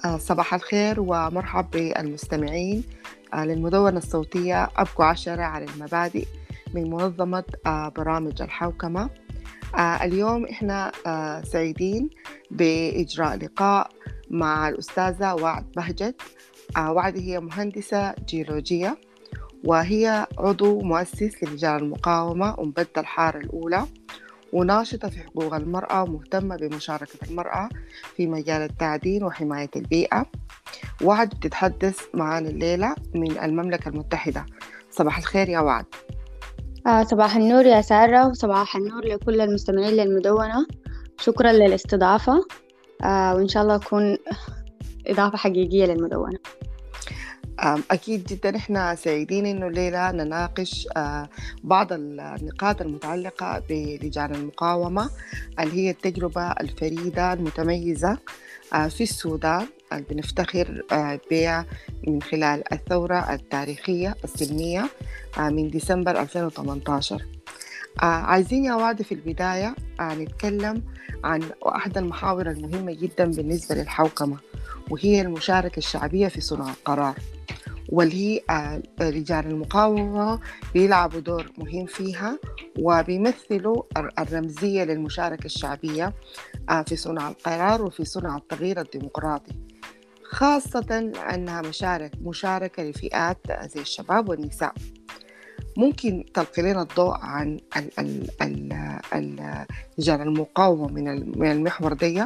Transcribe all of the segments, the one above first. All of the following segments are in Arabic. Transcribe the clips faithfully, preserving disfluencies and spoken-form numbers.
آه، صباح الخير ومرحب بالمستمعين آه، للمدونة الصوتية أبقوا عشرة على المبادئ من منظمة آه، برامج الحوكمة. آه، اليوم إحنا آه، سعيدين بإجراء لقاء مع الأستاذة وعد بهجت. آه، وعد هي مهندسة جيولوجية، وهي عضو مؤسس لرجال المقاومة ومبدأ الحارة الأولى، وناشطة في حقوق المرأة ومهتمة بمشاركة المرأة في مجال التعدين وحماية البيئة. وعد بتتحدث معنا الليلة من المملكة المتحدة. صباح الخير يا وعد. آه صباح النور يا سارة، وصباح النور لكل المستمعين للمدونة. شكرا للاستضافة. آه وإن شاء الله تكون إضافة حقيقية للمدونة. أكيد جدا إحنا سعيدين إنه الليلة نناقش بعض النقاط المتعلقة بلجان المقاومة، اللي هي التجربة الفريدة المتميزة في السودان اللي بنفتخر بها من خلال الثورة التاريخية السلمية من ديسمبر ألفين وثمانية عشر. عايزين يا وعد في البداية نتكلم عن أحد المحاور المهمة جدا بالنسبة للحوكمة، وهي المشاركة الشعبية في صنع القرار، واللي هي رجال المقاومة بيلعبوا دور مهم فيها، وبيمثلوا الرمزية للمشاركة الشعبية في صنع القرار وفي صنع التغيير الديمقراطي، خاصة أنها مشارك مشاركة لفئات زي الشباب والنساء. ممكن تلقي لنا الضوء عن ال ال ال ال رجال المقاومة من المحور دي؟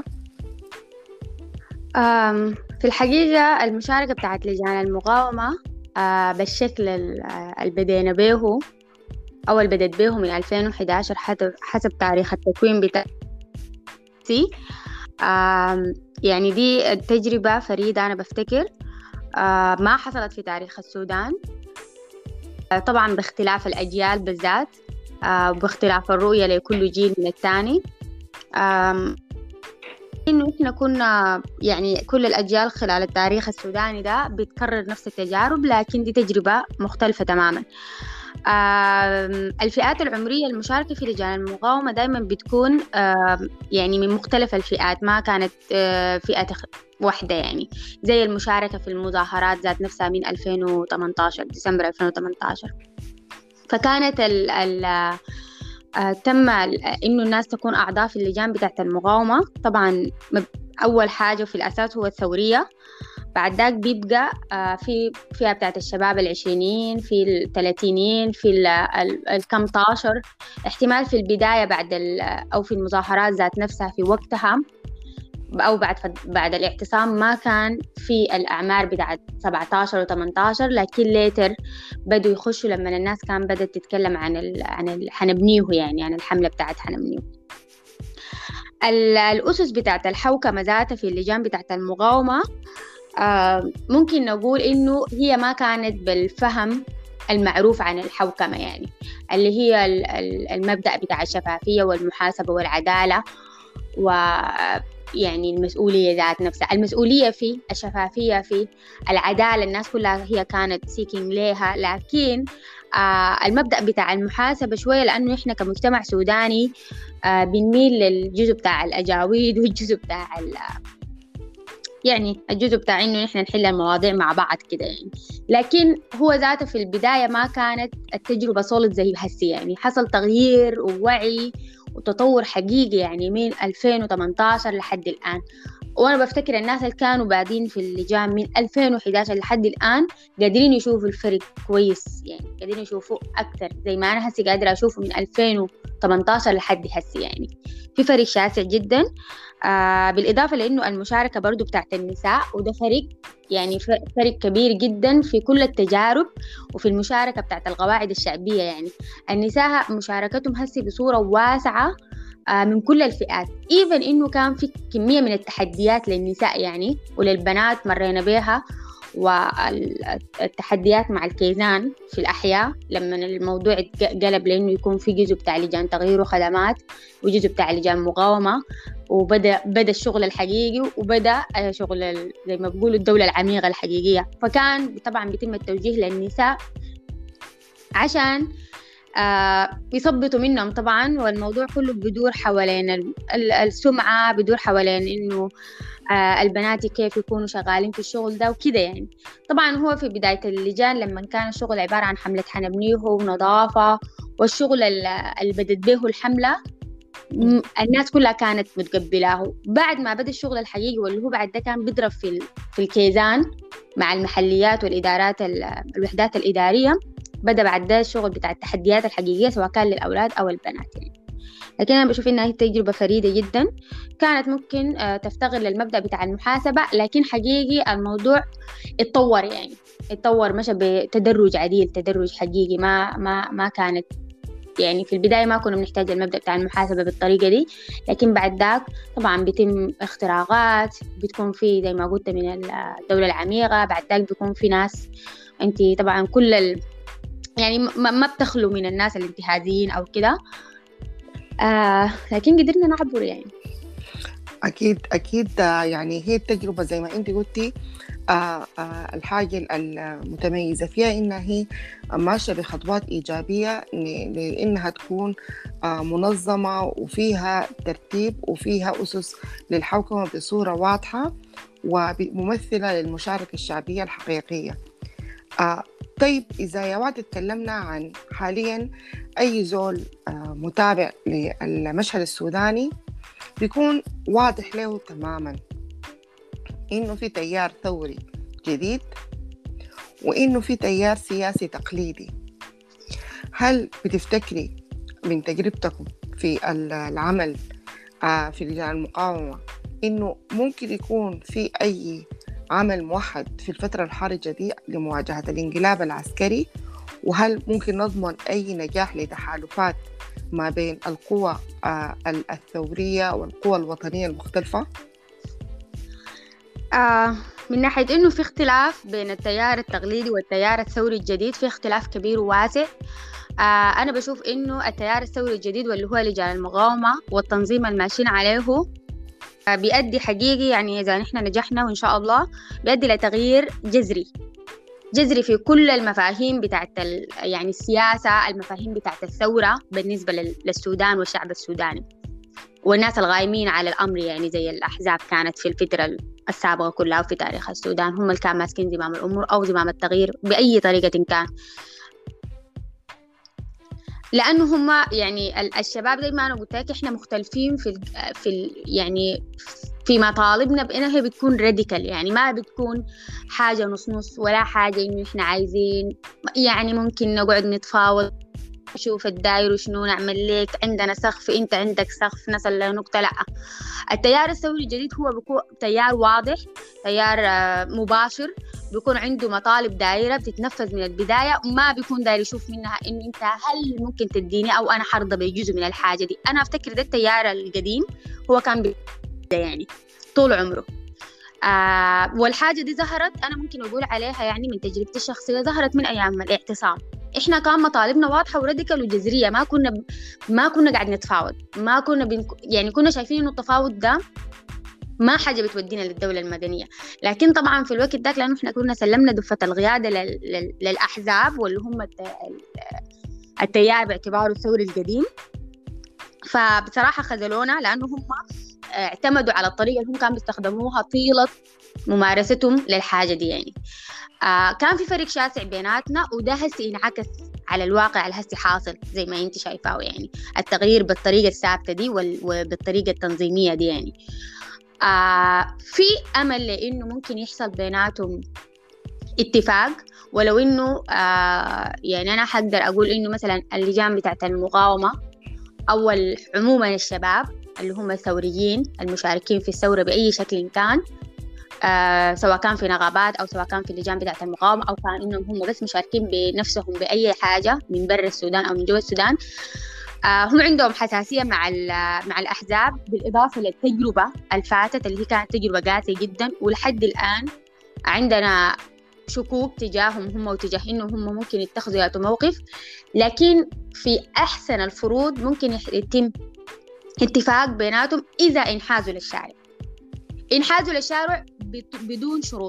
في الحقيقة المشاركة بتاعت لجان المقاومة آه بالشكل اللي بدينا به أو اللي بدت به من ألفين وإحدى عشر حسب تاريخ التكوين بتاعتي. آه يعني دي تجربة فريدة أنا بفتكر آه ما حصلت في تاريخ السودان، آه طبعا باختلاف الأجيال بالذات، آه باختلاف الرؤية لكل جيل من الثاني. آه إنه إحنا كنا يعني كل الأجيال خلال التاريخ السوداني ده بتكرر نفس التجارب، لكن دي تجربة مختلفة تماما. الفئات العمرية المشاركة في لجان المقاومة دايما بتكون يعني من مختلف الفئات، ما كانت فئة واحدة، يعني زي المشاركة في المظاهرات ذات نفسها من ألفين وثمانية عشر ديسمبر ألفين وثمانية عشر. فكانت ال ال تم إنه الناس تكون أعضاء في اللجان بتاعت المقاومة. طبعا أول حاجة في الأساس هو الثورية، بعد ذاك بيبقى في فئة بتاعت الشباب العشرينين، في الثلاثينين، في الكمتاشر، احتمال في البداية بعد أو في المظاهرات ذات نفسها في وقتها أو بعد بعد الاعتصام ما كان في الأعمار بتاعت سبعة عشر و ثمانية عشر، لكن ليتر بدوا يخشوا لما الناس كان بدأت تتكلم عن ال عن ال حنبنيه، يعني عن الحملة بتاعت حنبنيه. الأسس بتاعت الحوكمة ذاتها في اللجان بتاعت المقاومة آه ممكن نقول إنه هي ما كانت بالفهم المعروف عن الحوكمة، يعني اللي هي المبدأ بتاع الشفافية والمحاسبة والعدالة، و يعني المسؤولية ذات نفسها، المسؤولية في الشفافية في العدالة، الناس كلها هي كانت سيكينج ليها. لكن آه المبدأ بتاع المحاسبة شوية، لأنه إحنا كمجتمع سوداني آه بنميل للجزء بتاع الأجاويد والجزء بتاع يعني الجزء بتاع إنه إحنا نحل المواضيع مع بعض كده يعني. لكن هو ذاته في البداية ما كانت التجربة صولت زي هسي، يعني حصل تغيير ووعي وتطور حقيقي يعني من ألفين وثمانية عشر لحد الآن. وأنا بفتكر الناس اللي كانوا بادين في اللجان من ألفين وإحدى عشر لحد الآن قادرين يشوفوا الفرق كويس، يعني قادرين يشوفوا أكثر زي ما أنا هسي قادرة أشوفه من ألفين وثمانية عشر لحد هسي، يعني في فرق شاسع جدا. آه بالإضافة لأنه المشاركة برضو بتاعت النساء، وده فرق يعني فرق كبير جدا في كل التجارب، وفي المشاركة بتاعت القواعد الشعبية. يعني النساء مشاركتهم هسي بصورة واسعة آه من كل الفئات، إيفن إنه كان في كمية من التحديات للنساء يعني وللبنات مرينا بها، والتحديات مع الكيزان في الأحياء لما الموضوع قلب لأنه يكون في جزء بتاع لجان تغيير وخدمات وجزء بتاع لجان مقاومة، وبدأ بدأ الشغل الحقيقي وبدأ شغل زي ما بقولوا الدولة العميقة الحقيقية. فكان طبعا بيتم التوجيه للنساء عشان آه يثبطوا منهم طبعا، والموضوع كله بدور حوالين السمعة، بدور حوالين إنه آه البنات كيف يكونوا شغالين في الشغل ده وكده يعني. طبعا هو في بداية اللجان لما كان الشغل عبارة عن حملة حنبنيه ونظافة، والشغل اللي بدت به الحملة الناس كلها كانت متقبلاه. بعد ما بدأ الشغل الحقيقي واللي هو بعد ده كان بيضرب في في الكيزان مع المحليات والإدارات الوحدات الإدارية، بدأ بعد ده الشغل بتاع التحديات الحقيقية سواء كان للأولاد أو البنات يعني. لكن أنا بشوف إنها هي تجربة فريدة جدا، كانت ممكن تفتغل المبدأ بتاع المحاسبة، لكن حقيقي الموضوع اتطور يعني اتطور مشى بتدرج عديل، تدرج حقيقي. ما ما ما كانت يعني في البداية ما كنا بنحتاج المبدأ بتاع المحاسبة بالطريقة دي، لكن بعد ذاك طبعا بيتم اختراقات، بتكون في زي ما قلت من الدولة العميقة، بعد ذاك بيكون في ناس انت طبعا كل ال... يعني ما, ما بتخلو من الناس الانتهازيين او كده. آه لكن قدرنا نعبر يعني. أكيد أكيد يعني هي التجربة زي ما أنت قلتي. آه آه الحاجة المتميزة فيها إنها هي ماشية بخطوات إيجابية لإنها تكون آه منظمة وفيها ترتيب وفيها أسس للحوكمة بصورة واضحة وممثلة للمشاركة الشعبية الحقيقية. آه طيب إذا يا واد تكلمنا عن حاليا أي زول آه متابع للمشهد السوداني بيكون واضح له تماما إنه في تيار ثوري جديد وإنه في تيار سياسي تقليدي. هل بتفتكري من تجربتكم في العمل في لجان المقاومة إنه ممكن يكون في أي عمل موحد في الفترة الحرجة دي لمواجهة الانقلاب العسكري؟ وهل ممكن نضمن أي نجاح لتحالفات ما بين القوى الثورية والقوى الوطنية المختلفة؟ آه من ناحية إنه في اختلاف بين التيار التقليدي والتيار الثوري الجديد، في اختلاف كبير وواسع. آه أنا بشوف إنه التيار الثوري الجديد واللي هو لجان المقاومة والتنظيم الماشيين عليه آه بيؤدي حقيقي يعني إذا نحن نجحنا وإن شاء الله بيؤدي لتغيير جذري جذري في كل المفاهيم بتاعت يعني السياسة، المفاهيم بتاعت الثورة بالنسبة للسودان والشعب السوداني والناس الغايمين على الأمر، يعني زي الأحزاب كانت في الفترة السابقة كلها في تاريخ السودان هم اللي كانوا ماسكين زمام الأمور أو زمام التغيير بأي طريقة كان، لأنه هم يعني الشباب زي ما أنا قلت لك إحنا مختلفين في ال في ال يعني في مطالبنا بأنها هي بتكون راديكال، يعني ما بتكون حاجة نص نص ولا حاجة إنه إحنا عايزين يعني ممكن نقعد نتفاوض نشوف الداير وشنو نعمل لك، عندنا سقف انت عندك سقف نصل لنقطة. لا، التيار الثوري الجديد هو بيكون تيار واضح، تيار مباشر، بيكون عنده مطالب دائرة بتتنفذ من البداية، وما بيكون داير يشوف منها إن أنت هل ممكن تديني أو أنا حرضى بجزء من الحاجة دي. أنا أفتكر ده التيار القديم هو كان بي يعني طول عمره. آه والحاجة دي ظهرت أنا ممكن أقول عليها يعني من تجربتي الشخصية، ظهرت من أيام الاعتصام. إحنا كان مطالبنا واضحة وراديكال وجذرية، ما كنا ب... ما كنا قاعد نتفاوض، ما كنا بن... يعني كنا شايفين إنه التفاوض ده ما حاجة بتودينا للدولة المدنية. لكن طبعا في الوقت ده لأنه إحنا كنا سلمنا دفة القيادة لل... لل... للأحزاب واللي هم الت... التيار باعتباره الثوري القديم، فبصراحة خذلونا لأنه هم اعتمدوا على الطريقة اللي هم كانوا بيستخدموها طيلة ممارستهم للحاجة دي يعني. آه كان في فرق شاسع بيناتنا، وده هسي انعكس على الواقع الهسي حاصل زي ما انت شايفاه، يعني التغيير بالطريقة الثابتة دي وبالطريقة التنظيمية دي يعني. آه في أمل لأنه ممكن يحصل بيناتهم اتفاق، ولو إنه آه يعني أنا حقدر أقول إنه مثلا اللجان بتاعت المقاومة أو عموما الشباب اللي هم الثوريين المشاركين في الثورة بأي شكل كان، آه سواء كان في نقابات أو سواء كان في اللجان بتاعت المقاومة أو كان إنهم هم بس مشاركين بنفسهم بأي حاجة من برا السودان أو من جوا السودان، آه هم عندهم حساسية مع مع الأحزاب، بالإضافة للتجربة الفاتت اللي هي كانت تجربة قاسية جدا، ولحد الآن عندنا شكوك تجاههم هم وتجاه إنهم هم ممكن يتخذوا ياتوا موقف. لكن في أحسن الفروض ممكن يتم اتفاق بيناتهم إذا انحازوا للشارع، انحازوا للشارع بدون شروط،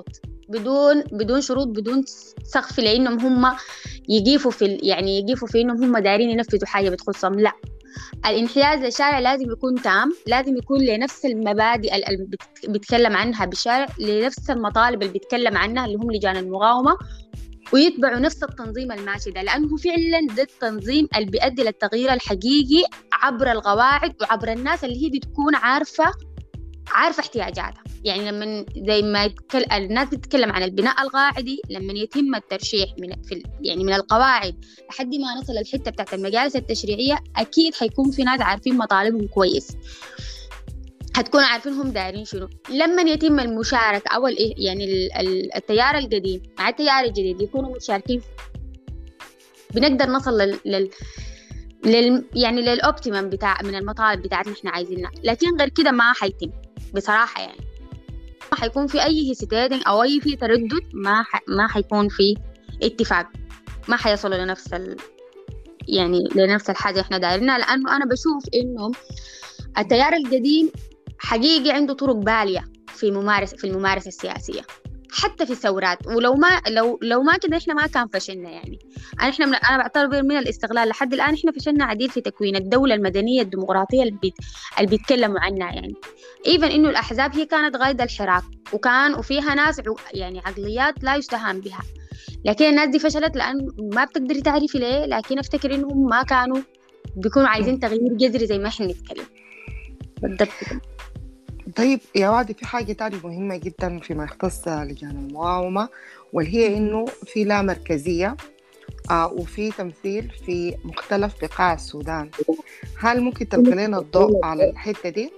بدون بدون شروط، بدون سقف لانهم هم يقيفوا في يعني يقيفوا في انهم هم دايرين ينفذوا حاجه بتخصهم. لا، الانحياز للشارع لازم يكون تام، لازم يكون لنفس المبادئ اللي بيتكلم عنها بالشارع، لنفس المطالب اللي بيتكلم عنها اللي هم لجان المقاومه، ويتبعوا نفس التنظيم الماشي ده، لأنه فعلا ده التنظيم اللي بيؤدي للتغيير الحقيقي عبر القواعد وعبر الناس اللي هي بتكون عارفة عارفة احتياجاتها. يعني لما زي ما يتكل... الناس بتتكلم عن البناء القاعدي، لما يتم الترشيح من في يعني من القواعد لحد ما نصل للحتة بتاعت المجالس التشريعية، أكيد حيكون في ناس عارفين مطالبهم كويس، هتكون عارفين هم دايرين شنو. لما يتم المشاركة أول إيه يعني التيار القديم مع التيار الجديد يكونوا متشاركين، بنقدر نصل لل, لل... لل... يعني للأوبتيمم بتاع من المطالب بتاعتنا إحنا عايزينها. لكن غير كده ما حيتم بصراحة، يعني ما حيكون في أي هيسيتيتنج أو أي في تردد، ما ح... ما حيكون في اتفاق، ما حيصلوا لنفس ال... يعني لنفس الحاجة إحنا دايرينها. لأنه أنا بشوف إنه التيار القديم حقيقي عنده طرق بالية في ممارسة في الممارسة السياسية، حتى في الثورات. ولو ما لو لو ما كده إحنا ما كان فشلنا. يعني إحنا من أنا بعتبر من الاستغلال لحد الآن إحنا فشلنا عديد في تكوين الدولة المدنية الديمقراطية اللي, بيت... اللي بيتكلموا عنها. يعني إيفن إنه الأحزاب هي كانت غاية الحراك، وكان وفيها ناس يعني عقليات لا يستهان بها، لكن الناس دي فشلت لأن ما بتقدري تعرفي ليه. لكن أفتكر إنهم ما كانوا بيكونوا عايزين تغيير جذري زي ما إحنا نتكلم بالضبط. طيب يا وادي، في حاجة تانية مهمة جدا فيما يختص لجان المقاومة، وهي إنه في لا مركزية آه وفي تمثيل في مختلف بقاع السودان. هل ممكن تلقي لنا الضوء على الحتة دي؟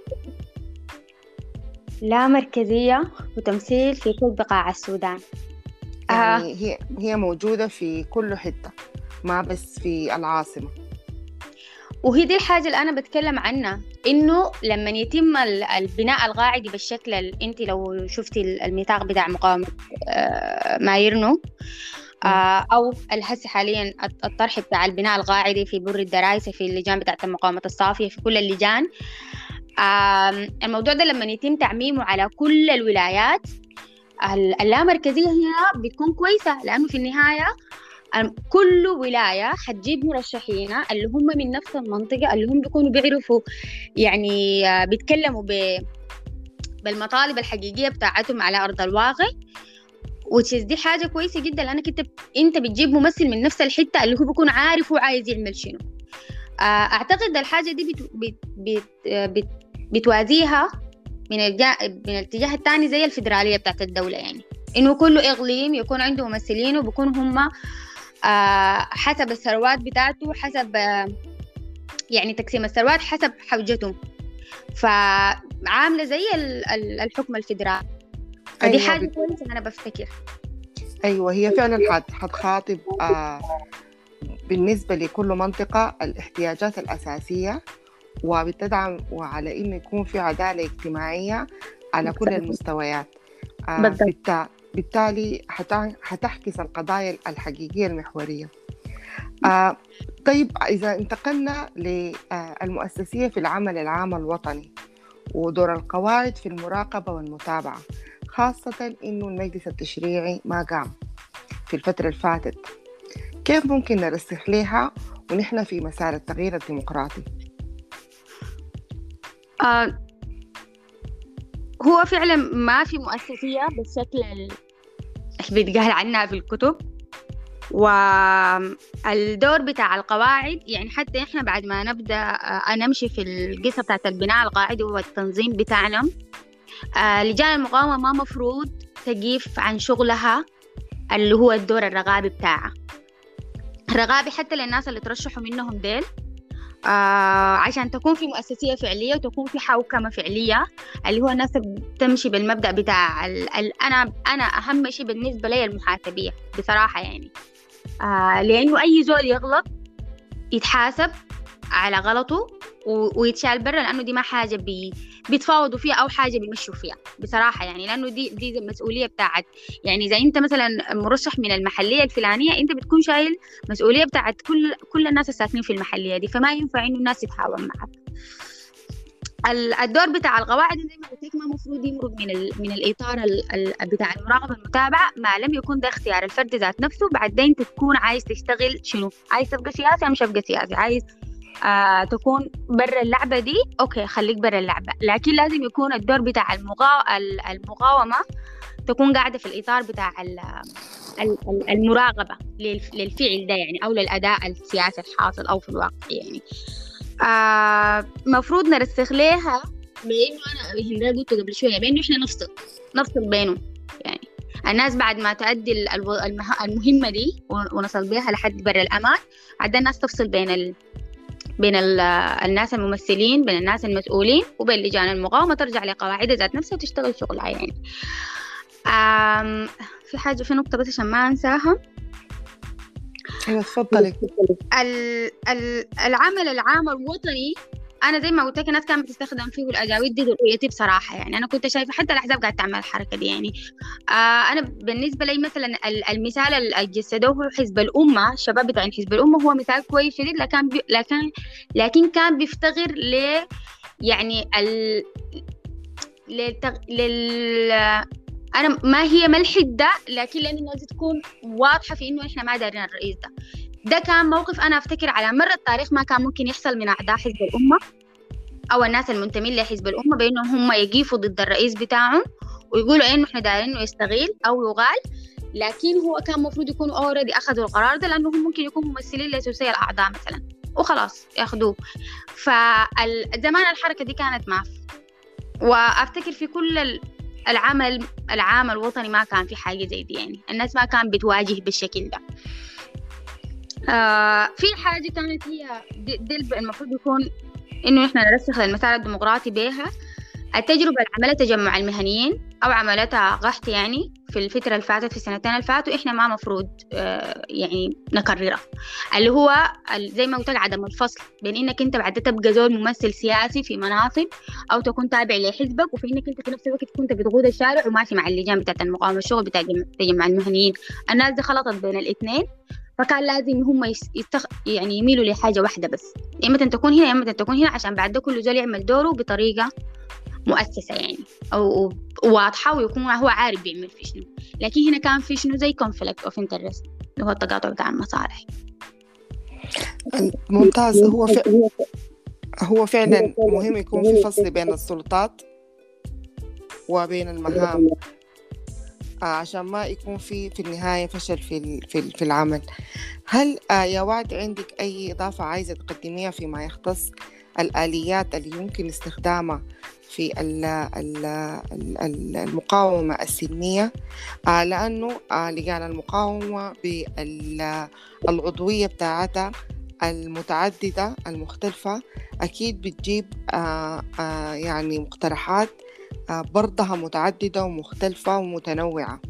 لا مركزية وتمثيل في كل بقاع السودان، يعني آه. هي هي موجودة في كل حتة، ما بس في العاصمة. وهي دي الحاجة اللي أنا بتكلم عنها، إنه لما يتم البناء القاعدي بالشكل اللي أنت لو شفتي الميثاق بتاع مقاومة مايرنو، أو الهسي حاليا الطرح بتاع البناء القاعدي في بر الدرايسة في اللجان بتاعة المقاومة الصافية في كل اللجان، الموضوع ده لما يتم تعميمه على كل الولايات، اللامركزية هنا بتكون كويسة، لأنه في النهاية كل ولاية حتجيب مرشحين اللي هم من نفس المنطقة، اللي هم بيكونوا بيعرفوا يعني بيتكلموا بالمطالب الحقيقية بتاعتهم على أرض الواقع. وتشيز دي حاجة كويسة جدا، لأنك انت انت بتجيب ممثل من نفس الحتة اللي هو بيكون عارف وعايز يعمل شنو. أعتقد الحاجة دي بت بت بت بت بتوازيها من الجا من الاتجاه الثاني زي الفيدرالية بتاعت الدولة، يعني إنه كل إقليم يكون عنده ممثلين وبيكون هم آه حسب الثروات بتاعته، حسب آه يعني تقسيم الثروات حسب حوجتهم، فعاملة زي الحكم الفيدرالي. فدي أيوة حاجة كويسة أنا بفتكر. أيوة، هي فعلا حتخاطب آه بالنسبة لكل منطقة الاحتياجات الأساسية، وبتدعم وعلى إنه يكون في عدالة اجتماعية على كل المستويات. آه بالتالي حتحكس القضايا الحقيقية المحورية. آه طيب، إذا انتقلنا للمؤسسية في العمل العام الوطني ودور القواعد في المراقبة والمتابعة، خاصة إنه المجلس التشريعي ما قام في الفترة اللي فاتت، كيف ممكن نرسخ لها ونحن في مسار التغيير الديمقراطي؟ آه هو فعلا ما في مؤسسية بالشكل اللي بيتقال عنها في الكتب، والدور بتاع القواعد يعني حتى إحنا بعد ما نبدأ نمشي في القصة بتاعت البناء القاعدي والتنظيم بتاعنا، لجان المقاومة ما مفروض تقيف عن شغلها اللي هو الدور الرقابي بتاعها، الرقابي حتى للناس اللي ترشحوا منهم ديل، آه عشان تكون في مؤسسية فعلية وتكون في حوكمة فعلية، اللي هو الناس تمشي بالمبدأ بتاع ال ال أنا أنا أهم شيء بالنسبة لي المحاسبية بصراحة، يعني آه لأنه أي زول يغلط يتحاسب على غلطه ويتشال برا، لأنه دي ما حاجة بي بيتفاوضوا فيها أو حاجة بيمشوا فيها بصراحة، يعني لأنه دي دي المسؤولية بتاعت، يعني إذا أنت مثلا مرشح من المحلية الفلانية أنت بتكون شايل مسؤولية بتاعت كل كل الناس الساكنين في المحلية دي، فما ينفع إنه الناس تتهاون معك. الدور بتاع القواعد زي ما قلت لك ما المفروض يمرق من ال... من الاطار ال... ال... بتاع المراقبه المتابعه، ما لم يكن ده اختيار الفرد ذات نفسه. بعدين تكون عايز تشتغل شنو، عايز تبقى سياسي مش ابقى سياسي، عايز آه تكون برا اللعبه دي، اوكي خليك برا اللعبه، لكن لازم يكون الدور بتاع المقا... المقاومه تكون قاعده في الاطار بتاع ال... المراقبه للفعل ده يعني، او للاداء السياسي الحاصل او في الواقع يعني. آه مفروض نرسخ لها بانه انا هند قلت قبل شويه بانه احنا نفصل نفصل بينهم يعني. الناس بعد ما تؤدي المهمه دي ونصل بها لحد بر الامان، عاد الناس تفصل بين ال... بين ال... الناس الممثلين، بين الناس المسؤولين وبين لجان المقاومه، ترجع لقواعدها ذات نفسها وتشتغل شغلها يعني. آم في حاجه في نقطه بس عشان ما انساها. ايوه تفضلي. العمل العام الوطني انا زي ما قلت لك الناس كانت بتستخدم فيه الاجاويد دي رؤيتي بصراحه يعني. انا كنت شايفه حتى الاحزاب قاعده تعمل الحركه دي يعني. آه انا بالنسبه لي مثلا المثال اللي جسدوه حزب الامه، الشباب بتاعين حزب الامه، هو مثال كويس شديد، لكن بي لكن لكن كان بيفتقر ل يعني ال للتغ... لل انا ما هي ما الحده، لكن لان الناس تكون واضحه في انه احنا ما دارين الرئيس ده. ده كان موقف انا افتكر على مر التاريخ ما كان ممكن يحصل من اعضاء حزب الامه او الناس المنتمين لحزب الامه، بانهم هم يقيفوا ضد الرئيس بتاعهم ويقولوا انه احنا دارين انه يستغيل او يغال. لكن هو كان المفروض يكونوا اوريدي اخذوا القرار ده، لانه هم ممكن يكونوا ممثلين لثلثي الاعضاء مثلا وخلاص ياخذوه. فزمان الحركه دي كانت ما في، وافتكر في كل العمل العام الوطني ما كان في حاجه زي دي يعني. الناس ما كان بتواجه بالشكل ده. آه في حاجه كانت هي دي, دي المفروض يكون انه احنا نرسخ المسار الديمقراطي بها. التجربه اللي عملتها تجمع المهنيين او عملتها قحط يعني في الفتره اللي فاتت، في السنتين اللي فاتوا، احنا ما مفروض آه يعني نكررها. اللي هو زي ما قلت لك عدم الفصل بين انك انت بعد تبقى زول ممثل سياسي في مناصب او تكون تابع لحزبك، وفي انك انت في نفس الوقت كنت بتقود الشارع وماشي مع اللجان بتاعت المقاومه، الشغل بتاع تجمع المهنيين. الناس دي خلطت بين الاثنين، فكان لازم هم يستخ... يعني يميلوا لحاجه واحده بس، يا اما تكون هنا يا اما تكون هنا، عشان بعد ده كل زول يعمل دوره بطريقه مؤسسة يعني أو واضحة، ويكون هو عارف بيعمل في شنو. لكن هنا كان في شنو زي conflict of interest اللي هو التقاطع بتاع المصالح. ممتاز. هو ف... هو فعلا مهم يكون في فصل بين السلطات وبين المهام عشان ما يكون في في النهاية فشل في في في العمل. هل يا وعد عندك أي إضافة عايزة تقدميها فيما يختص الآليات اللي يمكن استخدامها في المقاومة السلمية؟ لأنه لجان المقاومة بالعضوية بتاعتها المتعددة المختلفة أكيد بتجيب يعني مقترحات برضها متعددة ومختلفة ومتنوعة.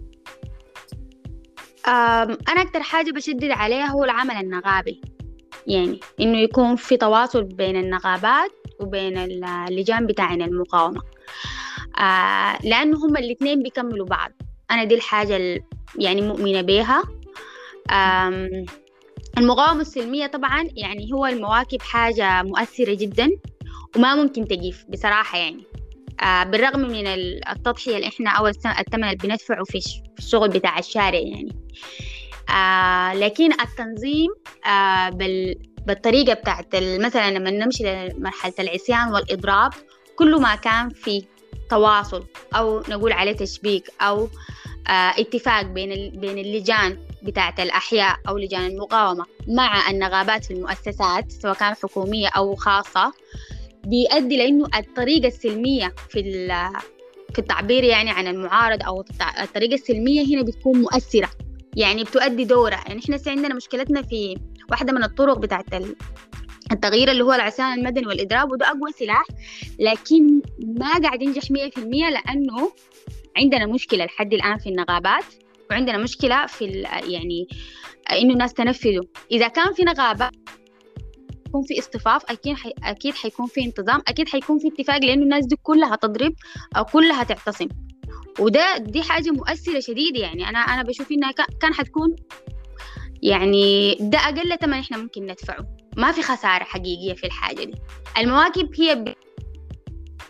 أنا أكتر حاجة بشدد عليها هو العمل النقابي، يعني إنه يكون في تواصل بين النقابات وبين اللجان بتاعنا المقاومة، آه لأنه هم الاثنين بيكملوا بعض. أنا دي الحاجة يعني مؤمنة بيها. المقاومة السلمية طبعا يعني هو المواكب حاجة مؤثرة جدا وما ممكن تجيف بصراحة يعني، آه بالرغم من التضحية اللي إحنا أول الثمن اللي بندفعه في الشغل بتاع الشارع يعني. آه لكن التنظيم آه بال بالطريقة بتاعت مثلا لما نمشي لمرحلة العصيان والإضراب، كل ما كان في تواصل أو نقول عليه تشبيك أو آه اتفاق بين بين اللجان بتاعت الأحياء أو لجان المقاومة مع النقابات في المؤسسات سواء كان حكومية أو خاصة، بيؤدي لأنه الطريقة السلمية في في التعبير يعني عن المعارض أو الطريقة السلمية هنا بتكون مؤثرة، يعني بتؤدي دورة. يعني إحنا عندنا مشكلتنا في واحدة من الطرق بتاعت التغيير اللي هو العصيان المدني والإضراب، وده أقوى سلاح لكن ما قاعد ينجح مية في المية، لأنه عندنا مشكلة لحد الآن في النقابات، وعندنا مشكلة في يعني إنه الناس تنفذوا. إذا كان في نقابات يكون في اصطفاف، أكيد حي... أكيد حيكون في انتظام، أكيد حيكون في اتفاق، لأنه الناس دي كلها تضرب أو كلها تعتصم، وده دي حاجة مؤثرة شديدة يعني. أنا أنا بشوف إنها كان حتكون يعني ده أقل ثمن إحنا ممكن ندفعه، ما في خسارة حقيقية في الحاجة دي. المواكب هي ب...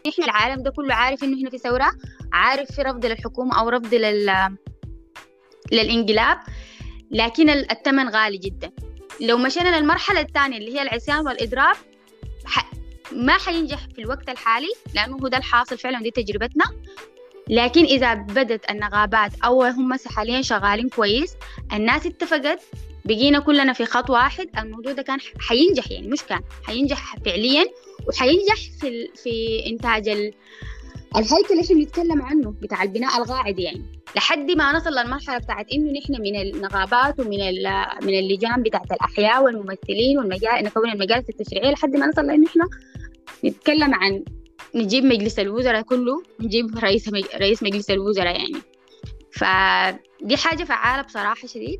إحنا العالم ده كله عارف إنه هنا في ثورة، عارف في رفض للحكومة أو رفض لل... للإنقلاب، لكن الثمن غالي جدا. لو مشينا للمرحلة الثانية اللي هي العصيان والإضراب ح... ما حينجح في الوقت الحالي، لأنه هو ده الحاصل فعلا، دي تجربتنا. لكن إذا بدت النقابات أو هم حاليا شغالين كويس، الناس اتفقت، بقينا كلنا في خط واحد، الموضوع ده كان حينجح، يعني مش كان حينجح فعليا، وحينجح في ال... في إنتاج ال... الهيكل اللي احنا بنتكلم عنه بتاع البناء القاعدي، يعني لحد ما نصل للمرحلة بتاعت إنه نحن من النقابات ومن ال... من اللجان بتاعت الأحياء والممثلين والمجال نكون المجالس التشريعية، لحد ما نصل لإنه احنا نتكلم عن نجيب مجلس الوزراء كله، نجيب رئيس مج... رئيس مجلس الوزراء يعني. فدي حاجة فعالة بصراحة شديد،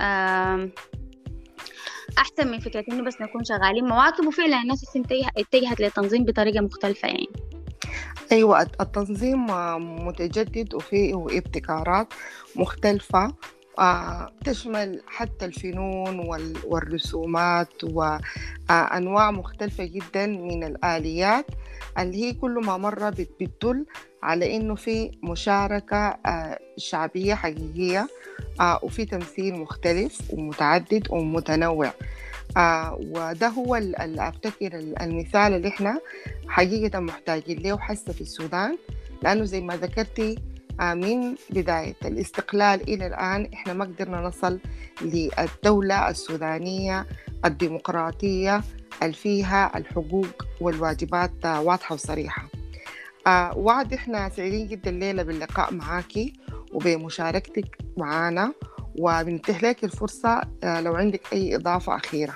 أحسن من فكرة إنه بس نكون شغالين مواكب، وفعلا الناس اتجهت للتنظيم بطريقة مختلفة يعني. أيوة، التنظيم متجدد وفيه ابتكارات مختلفة تشمل حتى الفنون والرسومات وأنواع مختلفة جدا من الآليات، اللي هي كل ما مرة بتدل على إنه في مشاركة شعبية حقيقية، وفي تمثيل مختلف ومتعدد ومتنوع. آه وده هو اللي أفتكر المثال اللي إحنا حقيقة محتاجين له حسه في السودان، لأنه زي ما ذكرتي آه من بداية الاستقلال إلى الآن إحنا ما قدرنا نصل للدولة السودانية الديمقراطية اللي فيها الحقوق والواجبات آه واضحة وصريحة. آه وعد إحنا سعيدين جدا الليلة باللقاء معاكي وبمشاركتك معانا، وبنتيح لك الفرصة لو عندك أي إضافة أخيرة.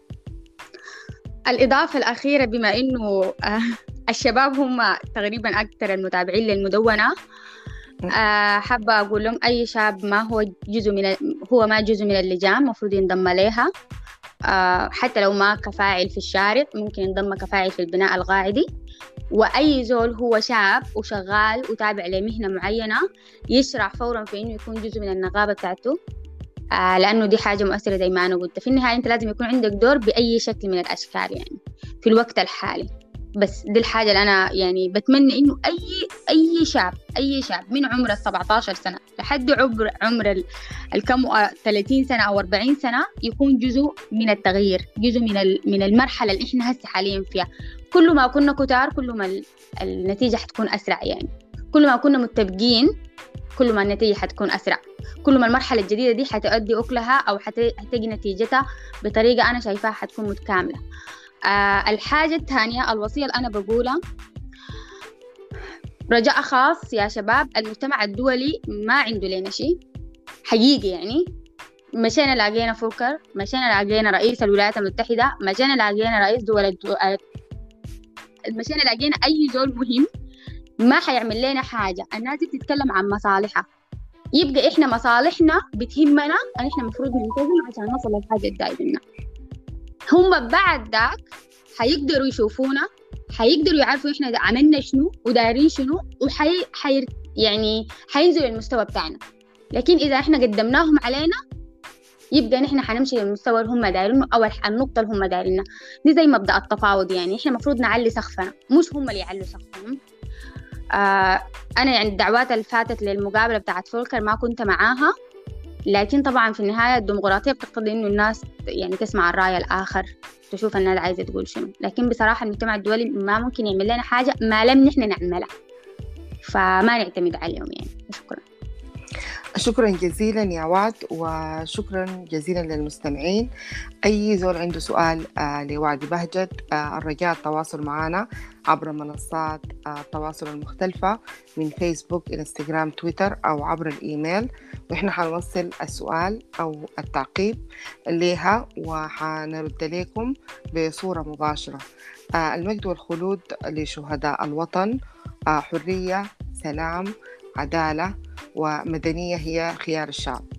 الإضافة الأخيرة، بما إنه الشباب هم تقريبا أكثر المتابعين للمدونة، حابة أقول لهم أي شاب ما هو جزء من هو ما جزء من اللجان مفروض ينضم لها، حتى لو ما كفاعل في الشارع ممكن ينضم كفاعل في البناء القاعدي. وأي زول هو شاب وشغال وتابع لمهنة معينة يشرع فورا في إنه يكون جزء من النقابة بتاعته، آه لأنه دي حاجة مؤثرة زي ما أنا قلت. في النهاية أنت لازم يكون عندك دور بأي شكل من الأشكال يعني في الوقت الحالي. بس دي الحاجة اللي أنا يعني بتمنى إنه أي أي شاب أي شاب من عمر السبعة عشر سنة لحد عمر عمر الكم ثلاثين سنة أو أربعين سنة يكون جزء من التغيير، جزء من من المرحلة اللي إحنا هسه حاليا فيها. كل ما كنا كتار كل ما النتيجة حتكون أسرع، يعني كل ما كنا متفقين كل ما النتيجة حتكون أسرع، كل ما المرحلة الجديدة دي حتؤدي أكلها أو حتجي نتيجتها بطريقة أنا شايفاها حتكون متكاملة. آه الحاجة الثانية الوصية اللي أنا بقولها، رجاء خاص يا شباب، المجتمع الدولي ما عنده لنا شيء حقيقي. يعني مشينا لاقينا فولكر، مشينا لاقينا رئيس الولايات المتحدة، مشينا لاقينا رئيس دول الدو... مشينا لاقينا أي زول مهم ما حيعمل لنا حاجة. الناس دي بتتكلم عن مصالحها، يبقى إحنا مصالحنا بتهمنا أن إحنا مفروض ننتظم عشان نصل للحاجة الدايرنا. هم بعد ذاك حيقدروا يشوفونا، حيقدروا يعرفوا إحنا عملنا شنو ودايرين شنو، وحي حي يعني حينزلوا المستوى بتاعنا. لكن إذا إحنا قدمناهم علينا يبقى نحن حنمشي للمستوى اللي هم دايرينه أو النقطة اللي هم دايرينها. دي زي مبدأ التفاوض، يعني إحنا مفروض نعلي سقفنا مش هم اللي يعلوا سقفهم. آه أنا يعني الدعوات اللي فاتت للمقابلة بتاعت فولكر ما كنت معاها، لكن طبعا في النهاية الديمقراطية بتقتضي إنه الناس يعني تسمع الرأي الآخر، تشوف الناس عايزة تقول شنو. لكن بصراحة المجتمع الدولي ما ممكن يعمل لنا حاجة ما لم نحن نعملها، فما نعتمد عليهم يعني. شكرا. شكرا جزيلا يا وعد، وشكرا جزيلا للمستمعين. أي زول عنده سؤال آه لوعد بهجت، آه الرجاء التواصل معنا عبر منصات آه التواصل المختلفة من فيسبوك، إنستغرام، تويتر، أو عبر الإيميل، وإحنا حنوصل السؤال أو التعقيب لها وحنرد لكم بصورة مباشرة. آه المجد والخلود لشهداء الوطن. آه حرية، سلام، عدالة ومدنية هي خيار الشعب.